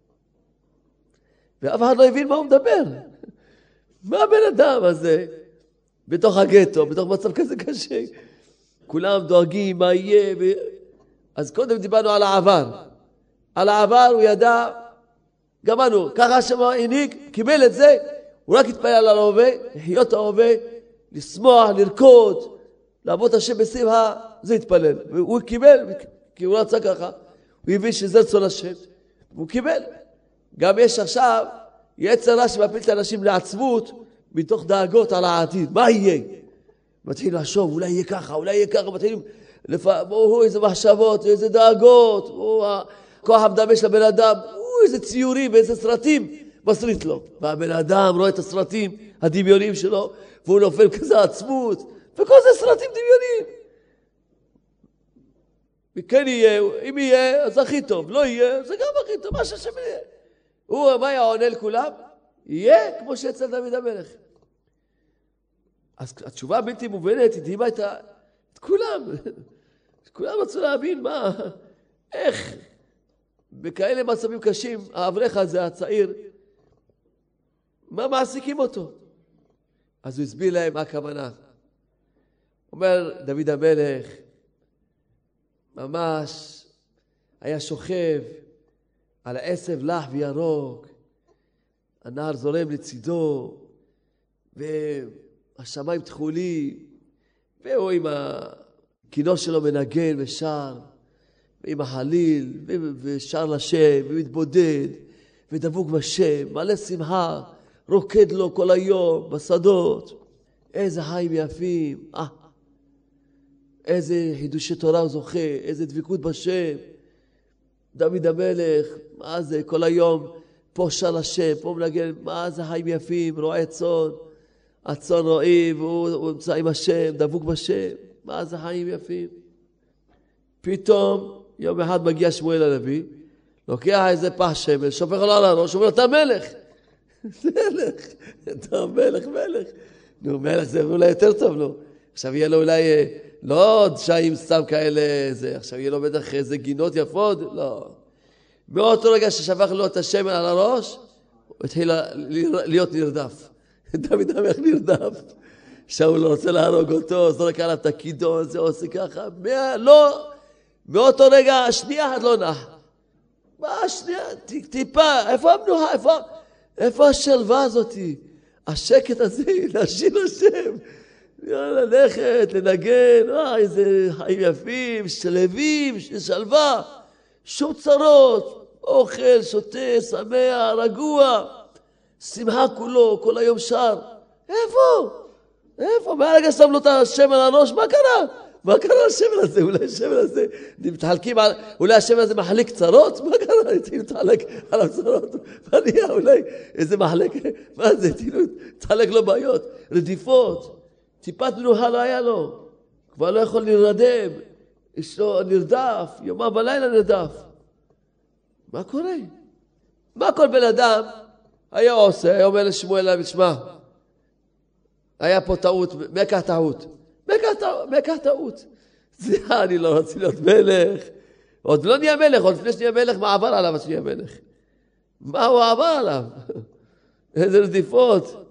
ואף אחד לא הבין מה הוא מדבר. מה הבן אדם הזה בתוך הגטו, בתוך מצב כזה קשה? כולם דואגים מה יהיה. אז קודם דיברנו על העבר. על העבר הוא ידע, גמרנו, ככה השם הנהיג, קיבל את זה, הוא רק התפלל על ההווה, לחיות ההווה, לשמוח, לרקוד, לעבוד השם בשמחה, זה התפלל. והוא קיבל, כי הוא רצה ככה, הוא הבין שזה רצון השם, והוא קיבל. גם יש עכשיו יצר רע שמפיל את האנשים לעצמות, מתוך דאגות על העתיד. מה יהיה? מתחילים לחשוב, אולי יהיה ככה, מתחילים איזה מחשבות, איזה דאגות, כוח המדמה של הבן אדם, איזה ציורים, איזה סרטים מסריט לו. והבן אדם רואה את הסרטים הדמיוניים שלו, והוא נופל כזה עצמות, וכל זה סרטים דמיוניים. וכן יהיה, אם יהיה, אז הכי טוב, לא יהיה, זה גם הכי טוב, מה שהשם יהיה. הוא, מה היה עונה לכולם? יהיה כמו שאצל דוד המלך. אז התשובה הבלתי מובנת, הדהימה את כולם. כולם רצו להבין מה, איך, בכאלה מצבים קשים, האברך הזה, הצעיר, מה מעסיקים אותו? אז הוא הסביר להם מה הכוונה. אומר דוד המלך, ממש היה שוכב על העשב לח וירוק, הנהר זורם לצידו, והשמיים תחולים, והוא עם הכינור שלו מנגן ושר, ועם החליל, ושר לשם, ומתבודד, ודבוק בשם, מלא שמחה, רוקד לו כל היום בשדות. איזה חיים יפים, איזה חידושי תורה הוא זוכה, איזה דבקות בשם. דוד המלך, מה זה, כל היום פה שר לשם, פה מנגן, מה זה חיים יפים, רועה צאן, הצאן רועים, והוא נמצא עם השם, דבוק בשם, מה זה חיים יפים. פתאום יום אחד מגיע שמואל הנביא, לוקח איזה פח שמן, שופך לו על הראש, אומר, אתה מלך. מלך, אתה מלך. נו, מלך זה אולי יותר טוב, נו. עכשיו יהיה לו אולי, לא דשאים סתם כאלה, עכשיו יהיה לו בטח איזה גינות יפות, לא. מאותו רגע ששפך לו את השמן על הראש, הוא התחיל להיות נרדף. דוד המלך נרדף. שאול לא רוצה להרוג אותו, זורק עליו את הכידון, זה עושה ככה. לא, מאותו רגע, שנייה אחת לא נח. מה שנייה, טיפה, איפה המנוחה, איפה השלווה הזאת? השקט הזה, להשאיר השם. ללכת, לנגן, איזה חיים יפים, שלווים, שלווה, שום צרות, אוכל, שותה, שמח, רגוע, שמחה כולו, כל היום שר. איפה? מהרגע שם לו את השמן על הראש, מה קרה? מה קרה לשמן הזה? אולי השמן הזה, מתחלקים על, אולי השמן הזה מחליק צרות? מה קרה? התחילו להתחלק על הצרות. מה נהיה? אולי איזה מחלק, מה זה? התחילו להתחלק לו בעיות, רדיפות. טיפת מנוחה לא היה לו, כבר לא יכול להירדם, יש לו נרדף, יומם בלילה נרדף. מה קורה? מה כל בן אדם היה עושה? היה אומר לשמואל לשמה, היה פה טעות, מקח טעות. סליחה, אני לא רוצה להיות מלך. עוד לא נהיה מלך, עוד לפני שנהיה מלך, מה עבר עליו שנהיה מלך? מה הוא עבר עליו? איזה רדיפות.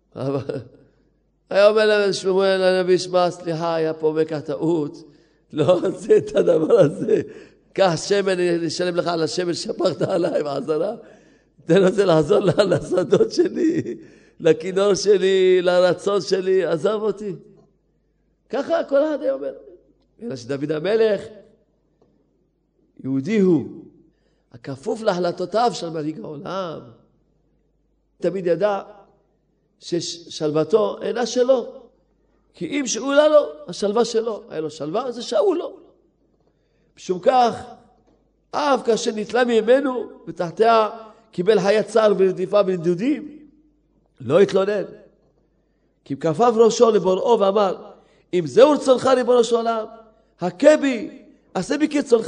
היה אומר לשמואל הנביא, שמע, סליחה, היה פה מקח טעות, לא רוצה את הדבר הזה, קח שמן, נשלם לך על השמן שפכת עליי בחזרה, תן רוצה לעזור לשדות שלי, לכינור שלי, לרצון שלי, עזב אותי. ככה כל אחד היה אומר. אלא שדוד המלך, יהודי הוא, הכפוף להחלטותיו של מנהיג העולם, תמיד ידע, ששלוותו אינה שלו, כי אם שאולה לו, השלווה שלו, היה לו שלווה, זה שאול לו. בשום כך, אף כאשר נתלה ממנו, ותחתיה קיבל חיי צער ורדיפה ונדודים, לא התלונן. כי כפף ראשו לבוראו ואמר, אם זהו רצונך ריבונו של עולם, הכה בי, עשה בי כרצונך.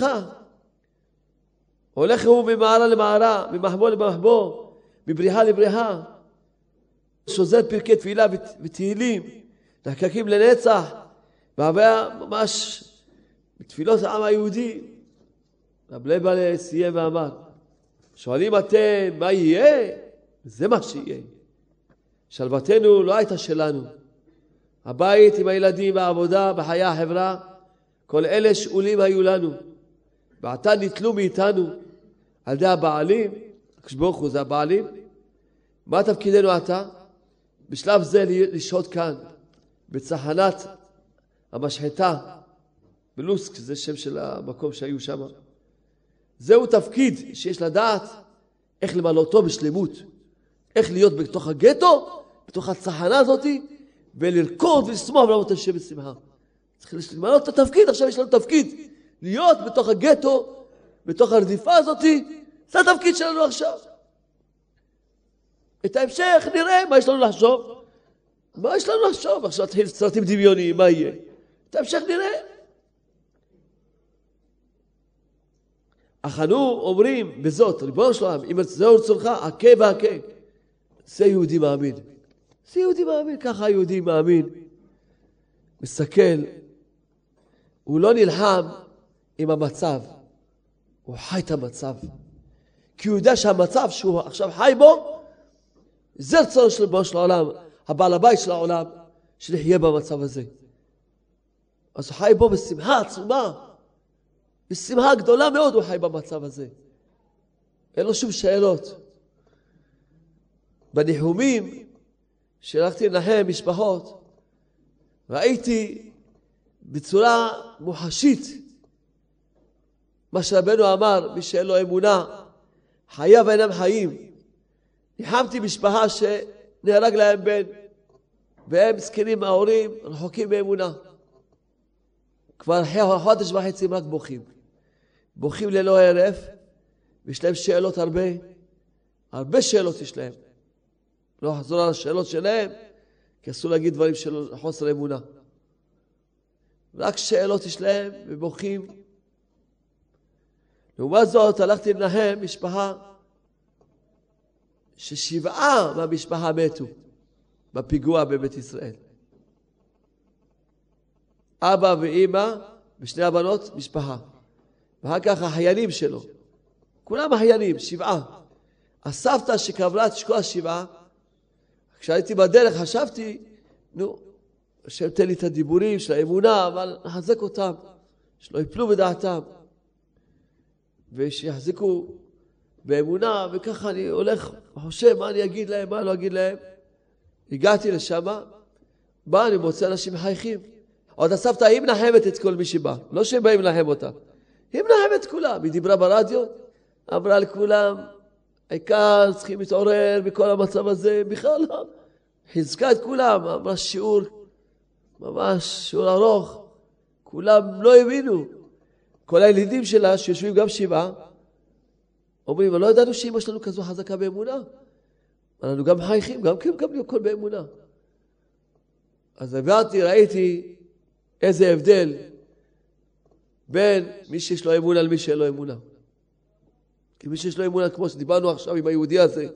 הולך הוא ממערה למערה, ממחבוא למחבוא, מבריחה לבריחה, שוזר פרקי תפילה ותהילים, נחקקים לנצח, והווה ממש בתפילות העם היהודי. רב לייבלה סיים ואמר, שואלים אתם מה יהיה? זה מה שיהיה. שלוותנו לא הייתה שלנו. הבית עם הילדים והעבודה בחיי החברה, כל אלה שאולים היו לנו. ועתה ניטלו מאיתנו על ידי הבעלים, כשברוך הוא זה הבעלים. מה תפקידנו עתה? בשלב זה לשהות כאן, בצחנת המשחטה, בלוסק, זה שם של המקום שהיו שם. זהו תפקיד שיש לדעת איך למלא אותו בשלמות, איך להיות בתוך הגטו, בתוך הצחנה הזאת, ולרקוד ולשמוח ולעבוד את השם בשמחה. צריך למלא את התפקיד, עכשיו יש לנו תפקיד, להיות בתוך הגטו, בתוך הרדיפה הזאת, זה התפקיד שלנו עכשיו. את ההמשך נראה מה יש לנו לחשוב. מה יש לנו לחשוב? עכשיו תתחיל סרטים דמיוניים, מה יהיה? את ההמשך נראה. אך אנו אומרים בזאת, ריבונו של עולם, אם זהו רצונך, הכה והכה. זה יהודי מאמין. זה יהודי מאמין, ככה יהודי מאמין. מסתכל, הוא לא נלחם עם המצב, הוא חי את המצב. כי הוא יודע שהמצב שהוא עכשיו חי בו, זה רצון של ריבונו של העולם, הבעל הבית של העולם, שנחיה במצב הזה. אז הוא חי בו בשמחה עצומה, בשמחה גדולה מאוד הוא חי במצב הזה. אין לו שום שאלות. בניחומים, שהלכתי לנחם משפחות, ראיתי בצורה מוחשית, מה שרבנו אמר, מי שאין לו אמונה, חייו אינם חיים. ניחמתי משפחה שנהרג להם בן, והם מסכנים ההורים, רחוקים באמונה. כבר אחרי חודש וחצי הם רק בוכים. בוכים ללא הרף, ויש להם שאלות הרבה שאלות יש להם. לא אחזור על השאלות שלהם, כי אסור להגיד דברים של חוסר אמונה. רק שאלות יש להם, ובוכים. לעומת זאת, הלכתי לנחם משפחה, ש7 מהמשפחה מתו בפיגוע בבית ישראל. אבא ואמא ושני הבנות משפחה. ואחר כך החיילים שלו. כולם החיילים, 7. הסבתא שקבלה את כל 7, כשהייתי בדרך חשבתי, השם תן לי את הדיבורים של האמונה, אבל נחזק אותם, שלא יפלו בדעתם. ושיחזיקו באמונה, וככה אני הולך, חושב מה אני אגיד להם, מה לא אגיד להם. הגעתי לשם, בא, אני מוצא אנשים מחייכים. עוד הסבתא היא מנחמת את כל מי שבא, לא שהם באים לנחם אותה. היא מנחמת את כולם, היא דיברה ברדיו, אמרה לכולם, העיקר צריכים להתעורר בכל המצב הזה, בכלל לא. חיזקה את כולם, אמרה שיעור, ממש שיעור ארוך, כולם לא הבינו. כל הילדים שלה שיושבים גם שבעה, אומרים, לא ידענו שאמא שלנו כזו חזקה באמונה. אנחנו גם חייכים, גם כן מקבלים הכל באמונה. אז הבאתי, ראיתי איזה הבדל בין מי שיש לו אמונה למי שאין לו אמונה. כי מי שיש לו אמונה, כמו שדיברנו עכשיו עם היהודי הזה,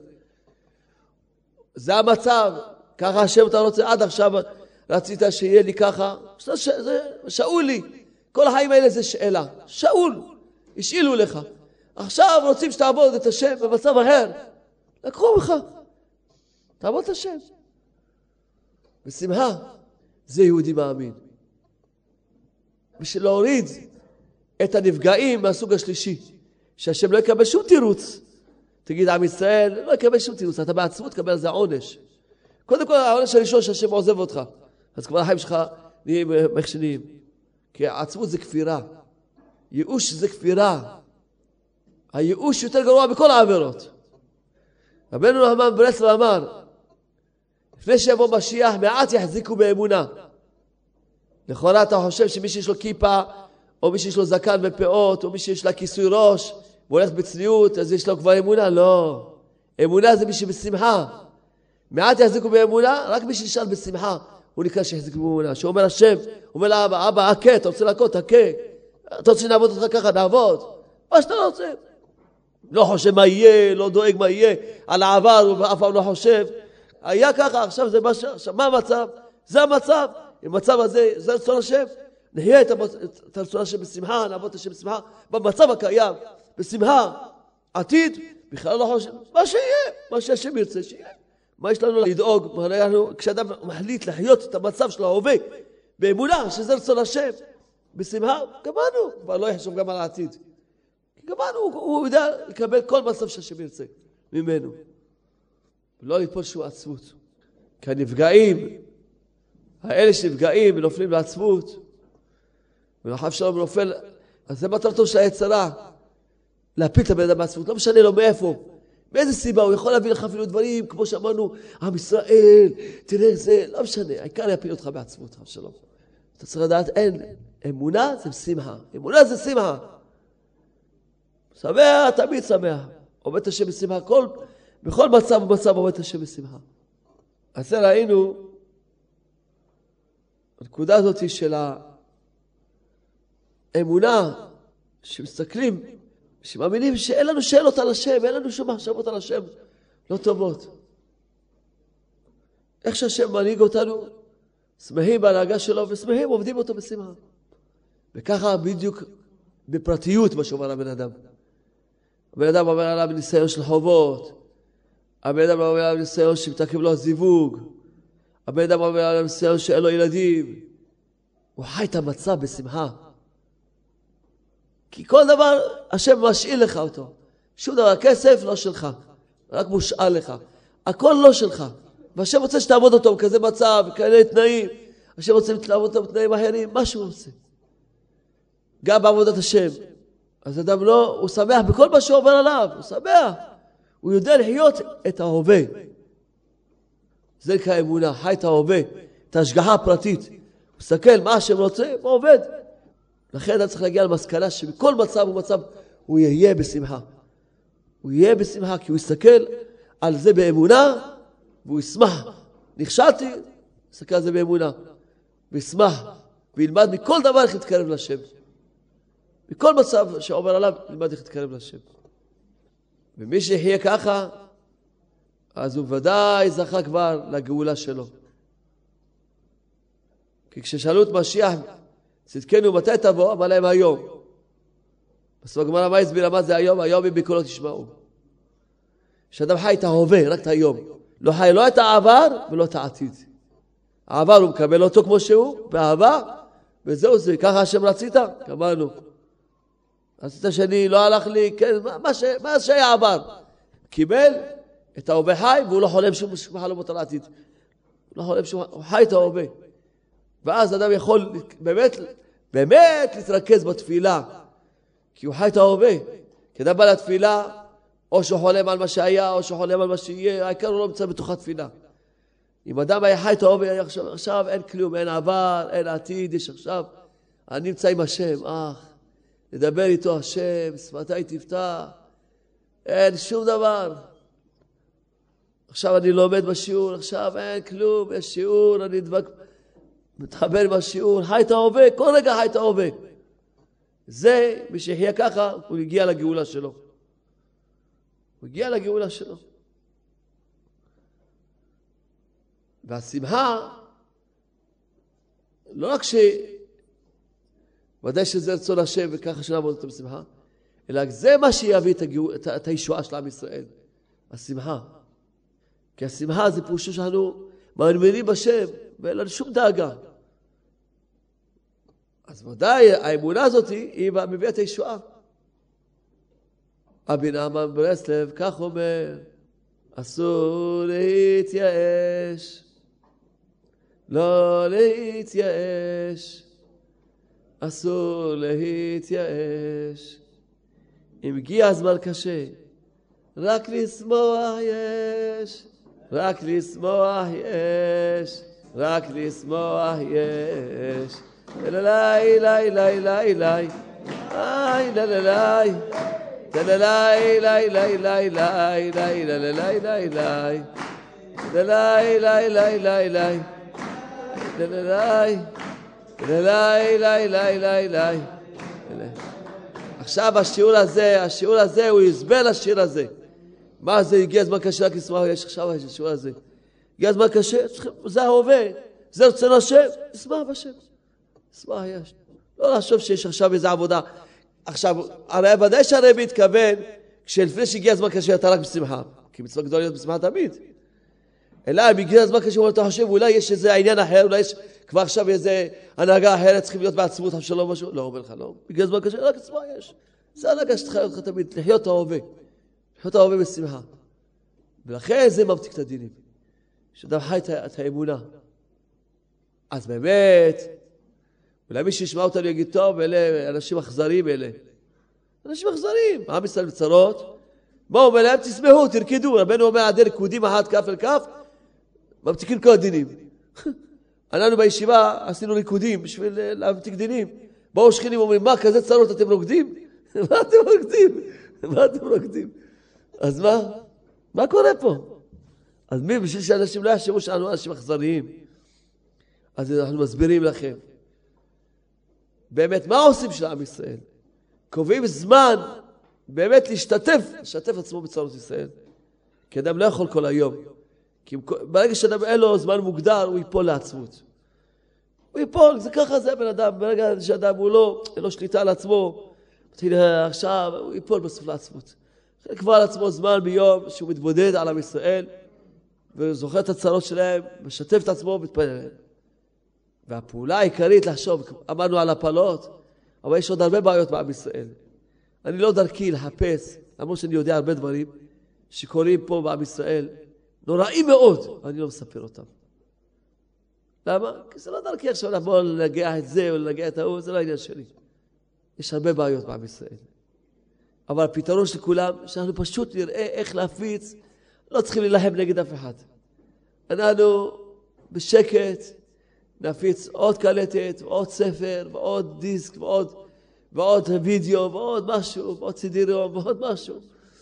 זה המצב, ככה השם אתה רוצה, עד עכשיו רצית שיהיה לי ככה, שאול לי, כל החיים האלה זה שאלה, שאול, השאילו לך, עכשיו רוצים שתעבוד את השם במצב אחר, לקחו לך, תעבוד את השם. בשמחה, זה יהודי מאמין. בשביל להוריד את הנפגעים מהסוג השלישי, שהשם לא יקבל שום תירוץ. תגיד, עם ישראל לא יקבל שום תירוץ, אתה בעצמות תקבל על זה עונש. קודם כל, העונש הראשון שהשם עוזב אותך. אז כבר החיים שלך נהיים איך שנהיים. כי העצמות זה כפירה. ייאוש זה כפירה. הייאוש יותר גרוע בכל העבירות. רבנו נחמן מברסלב אמר, לפני שיבוא משיח, מעט יחזיקו באמונה. לכאורה אתה חושב שמי שיש לו כיפה, או מי שיש לו זקן ופאות, או מי שיש לה כיסוי ראש, והולך בצניעות, אז יש לו כבר אמונה? לא. אמונה זה מי שבשמחה. מעט יחזיקו באמונה, רק מי שנשאר בשמחה, הוא נקרא שיחזיק באמונה. שאומר השם, אומר לאבא, אבא, הכה, אתה רוצה להכות, הכה. אתה רוצה שנעבוד אותך ככה, נעבוד. מה שאתה לא רוצה. לא חושב מה יהיה, לא דואג מה יהיה, על העבר, ואף פעם לא חושב. היה ככה, עכשיו זה מה המצב? זה המצב. במצב הזה, זה רצון השם. נהיה את רצון השם בשמחה, נעבוד את השם בשמחה. במצב הקיים, בשמחה, עתיד, בכלל לא חושב. מה שיהיה, מה שהשם ירצה שיהיה. מה יש לנו לדאוג? כשאדם מחליט לחיות את המצב של ההווה, באמונה שזה רצון השם, בשמחה, גמרנו. כבר לא יחשוב גם על העתיד. גמרנו, הוא יודע לקבל כל מצב שהשם ירצה ממנו. לא ליפול שום עצמות. כי הנפגעים, האלה שנפגעים ונופלים לעצמות, ולחב שלום נופל, אז זה מטרתו של היצרה, להפיל את הבן אדם בעצמות, לא משנה לו מאיפה, מאיזה סיבה, הוא יכול להביא לך אפילו דברים, כמו שאמרנו, עם ישראל, תראה זה, לא משנה, העיקר להפיל אותך בעצמות, חב שלום. אתה צריך לדעת, אין, אמונה זה שמחה, אמונה זה שמחה. שמח, תמיד שמח, עומד את השם בשמחה, בכל מצב ומצב עומד את השם בשמחה. אז זה ראינו, הנקודה הזאת של האמונה, שמסתכלים, שמאמינים שאין לנו שאלות על השם, אין לנו שום מחשבות על השם, לא טובות. איך שהשם מנהיג אותנו, שמחים בהנהגה שלו, ושמחים עובדים אותו בשמחה. וככה בדיוק בפרטיות מה שאומר הבן אדם. הבן אדם אומר עליו ניסיון של חובות, הבן אדם אומר עליו ניסיון שמתעכב לו הזיווג, הבן אדם אומר עליו ניסיון שאין לו ילדים. הוא חי את המצב בשמחה. כי כל דבר השם משאיל לך אותו. שום דבר, כסף לא שלך, רק מושאל לך. הכל לא שלך. והשם רוצה שתעבוד אותו בכזה מצב, כאלה תנאים. השם רוצה לעבוד אותו בתנאים אחרים, מה שהוא רוצה. גם בעבודת השם. אז אדם לא, הוא שמח בכל מה שעובר עליו, הוא שמח. הוא יודע לחיות את ההווה. זה כאמונה, חי את ההווה, את ההשגחה הפרטית. הוא מסתכל מה השם רוצה, הוא עובד. לכן אתה צריך להגיע למסקנה שבכל מצב ומצב הוא יהיה בשמחה. הוא יהיה בשמחה כי הוא יסתכל על זה באמונה והוא ישמח. נכשלתי, יסתכל על זה באמונה. וישמח וילמד מכל דבר איך להתקרב לשם. בכל מצב שעובר עליו, ילמד איך להתקרב לשם. ומי שיחיה ככה, אז הוא ודאי זכה כבר לגאולה שלו. כי כששאלו את משיח, צדקנו מתי תבוא? אמר להם היום. בסוף הגמרא מה הסבירה מה זה היום? היום אם בקולו תשמעו. שאדם חי את ההווה, רק את היום. לא חי לא את העבר ולא את העתיד. העבר הוא מקבל אותו כמו שהוא, באהבה, וזהו זה. ככה השם רצית? אמרנו. עשית השני, לא הלך לי, כן, מה שהיה עבר. קיבל את ההווה חי, והוא לא חולם שום חלומות על העתיד. הוא לא חולם שום, הוא חי את ההווה. ואז אדם יכול באמת להתרכז בתפילה, כי הוא חי את ההווה. כי אדם בא לתפילה, או שהוא חולם על מה שהיה, או שהוא חולם על מה שיהיה, העיקר הוא לא מצא בתוך התפילה. אם אדם היה חי את ההווה, עכשיו אין כלום, אין עבר, אין עתיד, יש עכשיו, אני נמצא עם השם, לדבר איתו השם, שפתי תפתח, אין שום דבר. עכשיו אני לומד בשיעור, עכשיו אין כלום, יש שיעור, אני מתחבר עם השיעור, חי את ההווה, כל רגע חי את ההווה. זה, מי שיחיה ככה, הוא הגיע לגאולה שלו. הוא הגיע לגאולה שלו. והשמחה, לא רק ודאי שזה רצון השם וככה שנעבוד אותו בשמחה, אלא זה מה שיביא את הישועה של עם ישראל. השמחה. כי השמחה זה פירושו שאנחנו מאמינים בשם ואין לנו שום דאגה. אז ודאי האמונה הזאת היא מביאה את הישועה. רבי נחמן ברסלב כך אומר, אסור להתייאש, לא להתייאש, אסור להתייאש. אם הגיע הזמן קשה, רק לשמוח יש, רק לשמוח יש, רק לשמוח יש. אללי, לי, לי, לי, לי, איי, לי, לי, לי. תללי, לי, לי, לי, לי, לי, לי, לי, לי, לי. תללי, לי, לי, לי, לי. תללי, לי, לי, לי, לי, לי. עכשיו השיעור הזה הוא יסבר לשיר הזה. מה זה? הגיע הזמן קשה רק לשמוח יש עכשיו השיעור הזה. הגיע הזמן קשה, זה ההווה, זה רצון השם, נשמח בשם. נשמח יש. לא לחשוב שיש עכשיו איזו עבודה. עכשיו, הרי ודאי שהרבי התכוון, כשלפני שהגיע הזמן קשה אתה רק בשמחה. כי מצווה גדולה להיות בשמחה תמיד. אלא אם הגיע הזמן קשה, אתה חושב, אולי יש איזה עניין אחר, אולי יש כבר עכשיו איזה הנהגה אחרת, צריכים להיות בעצמות, שלום משהו. לא, אומר לך, לא. הגיע הזמן קשה, רק בשמחה יש. זה הנהגה שתחיה אותך תמיד, לחיות ההווה. לחיות ההווה בשמחה. ולכן זה מבטיק את הדינים. שאדם חי את האמונה. אז באמת, אולי מי שישמע אותנו יגיד, טוב, אלה אנשים אכזרים אלה. אנשים אכזרים. עם ישראל בצרות. מה הוא אומר להם? תשמחו, תרקדו. רבנו אומר, עדי ריקודים אחת כף אל כף, מבטיקים כל הדינים. אנחנו בישיבה עשינו ריקודים בשביל להמתיק דינים. באו שכנים ואומרים, מה, כזה צרות אתם רוקדים? מה אתם רוקדים? מה אתם רוקדים? אז מה? מה קורה פה? אז מי, בשביל שאנשים לא יחשבו שאנו אנשים אכזריים? אז אנחנו מסבירים לכם. באמת, מה עושים של עם ישראל? קובעים זמן באמת לשתף עצמו בצרות ישראל. כי אדם לא יכול כל היום. כי ברגע שאדם אין לו זמן מוגדר, הוא ייפול לעצמות. הוא ייפול, זה ככה זה בן אדם. ברגע שאדם הוא לא, אין לו שליטה על עצמו, עכשיו הוא ייפול בסוף לעצמות. כבר על עצמו זמן ביום שהוא מתבודד על עם ישראל, וזוכר את הצרות שלהם, משתף את עצמו ומתפלל עליהם. והפעולה העיקרית לחשוב, אמרנו על הפלות, אבל יש עוד הרבה בעיות בעם ישראל. אני לא דרכי לחפש, למרות שאני יודע הרבה דברים שקורים פה בעם ישראל, נוראים מאוד, אני לא מספר אותם. למה? כי זה לא דרכי עכשיו לבוא לנגח את זה או לנגח את ההוא, זה לא העניין שלי. יש הרבה בעיות בעם ישראל. אבל הפתרון של כולם, שאנחנו פשוט נראה איך להפיץ, לא צריכים להילחם נגד אף אחד. אנחנו בשקט נפיץ עוד קלטת, ועוד ספר, ועוד דיסק, ועוד וידאו, ועוד משהו, ועוד סידירום, ועוד משהו.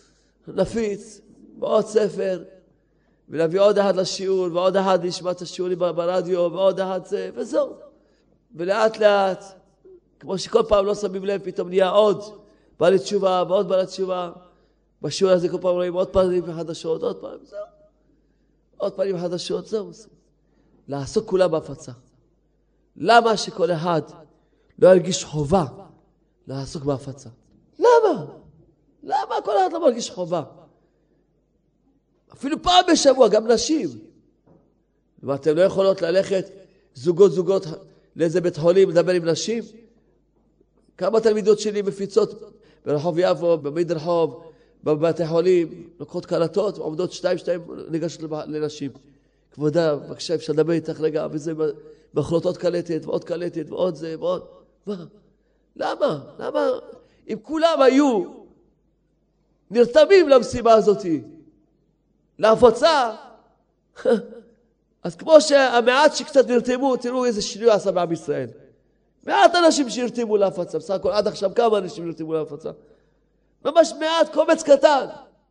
נפיץ, ועוד ספר, ונביא עוד אחד לשיעור, ועוד אחד לשמוע את השיעורים ברדיו, ועוד אחד זה, וזהו. ולאט לאט, כמו שכל פעם לא שמים לב, פתאום נהיה עוד בעלי תשובה, ועוד בעלי תשובה. בשיעור הזה כל פעם רואים עוד פעמים חדשות, עוד פעם, זהו. עוד פעמים חדשות, זהו. לעסוק כולה בהפצה. למה שכל אחד לא ירגיש חובה לעסוק בהפצה? למה? למה כל אחד לא מרגיש חובה? אפילו פעם בשבוע, גם נשים. ואתם לא יכולות ללכת זוגות לאיזה בית חולים לדבר עם נשים? כמה תלמידות שלי מפיצות ברחוב יפו, במדרחוב, בבתי חולים, לוקחות קלטות, עומדות שתיים, ניגשות לנשים. כבודה, בבקשה, אפשר לדבר איתך רגע, וזה מחלוטות קלטת, ועוד קלטת, ועוד זה, ועוד. מה? למה? למה? אם כולם היו נרתמים למשימה הזאת, להפצה, אז כמו שהמעט שקצת נרתמו, תראו איזה שינוי עשה בעם ישראל. מעט אנשים שנרתמו להפצה, בסך הכל עד עכשיו כמה אנשים נרתמו להפצה. ממש מעט, קומץ קטן.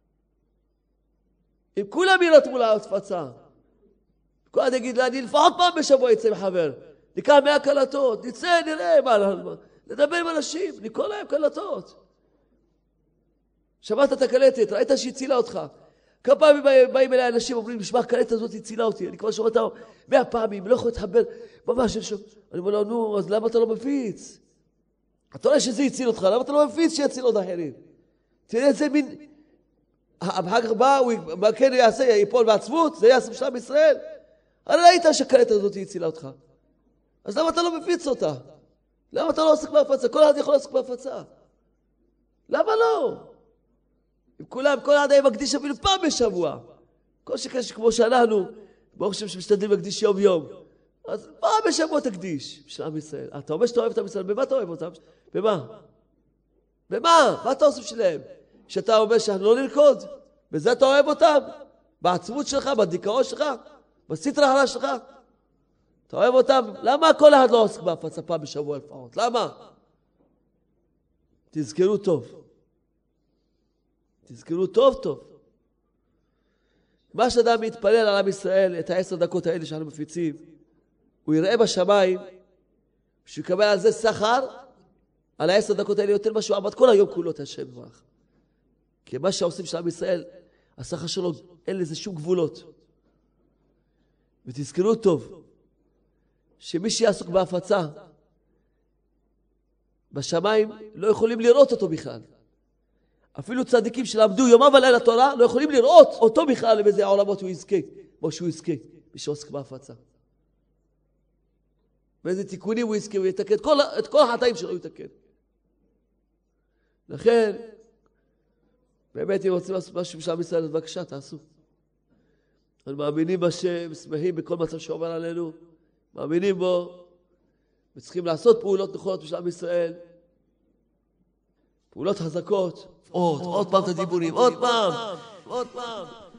אם כולם ירתמו להפצה, כל אחד יגיד לה, אני לפחות פעם בשבוע יצא עם חבר. ניקח 100 קלטות, נצא, נראה מה, נדבר עם אנשים, נקרא להם קלטות. שמעת את הקלטת, ראית שהצילה אותך. כמה פעמים באים אליי אנשים, אומרים, משמע, הקלטת הזאת הצילה אותי. אני כבר שומעת 100 פעמים, לא יכול להתחבר, ממש שלשום. אני אומר לו, נו, אז למה אתה לא מפיץ? אתה רואה שזה הציל אותך, למה אתה לא מפיץ שיציל עוד אחרים? תראה איזה מין, אחר כך בא, מה כן יעשה, ייפול בעצמות, זה יעשה בשלם ישראל. הרי ראית שהקלטת הזאת הצילה אותך. אז למה אתה לא מפיץ אותה? למה אתה לא עוסק בהפצה? כל אחד יכול לעסוק בהפצה. למה לא? אם כולם, כל אחד היה מקדיש אפילו פעם בשבוע. כל שקש כמו שאנחנו, ברוך השם שמשתדלים להקדיש יום יום. אז פעם בשבוע תקדיש בשביל עם ישראל. אתה אומר שאתה אוהב את עם ישראל, במה אתה אוהב אותם? במה? במה? מה אתה עושה בשבילם? שאתה אומר שאנחנו לא נרקוד? בזה אתה אוהב אותם? בעצמות שלך, בדיכאון שלך? בסטרא אחרא שלך? אתה אוהב אותם? למה כל אחד לא עוסק בהפצה פעם בשבוע לפחות? למה? תזכרו טוב. תזכרו טוב טוב. מה שאדם מתפלל על עם ישראל, את 10 דקות האלה שאנחנו מפיצים, הוא יראה בשמיים, שהוא יקבל על זה שכר, על 10 דקות האלה יותר מה שהוא עבד כל היום כולו את השם ברך. כי מה שעושים של עם ישראל, השכר שלו אין לזה שום גבולות. ותזכרו טוב, שמי שיעסוק בהפצה, בשמיים לא יכולים לראות אותו בכלל. אפילו צדיקים שלמדו יומם ולילה תורה, לא יכולים לראות אותו בכלל באיזה העולמות הוא יזכה, כמו שהוא יזכה, מי שעוסק בהפצה. באיזה תיקונים הוא יזכה, הוא יתקן, את כל החטאים שלו הוא יתקן. לכן, באמת אם רוצים לעשות משהו בשביל עם ישראל, אז בבקשה, תעשו. אנחנו מאמינים בשם, שמחים בכל מצב שעובר עלינו, מאמינים בו, וצריכים לעשות פעולות נכונות בשביל עם ישראל, פעולות חזקות, עוד פעם את הדיבורים, עוד פעם.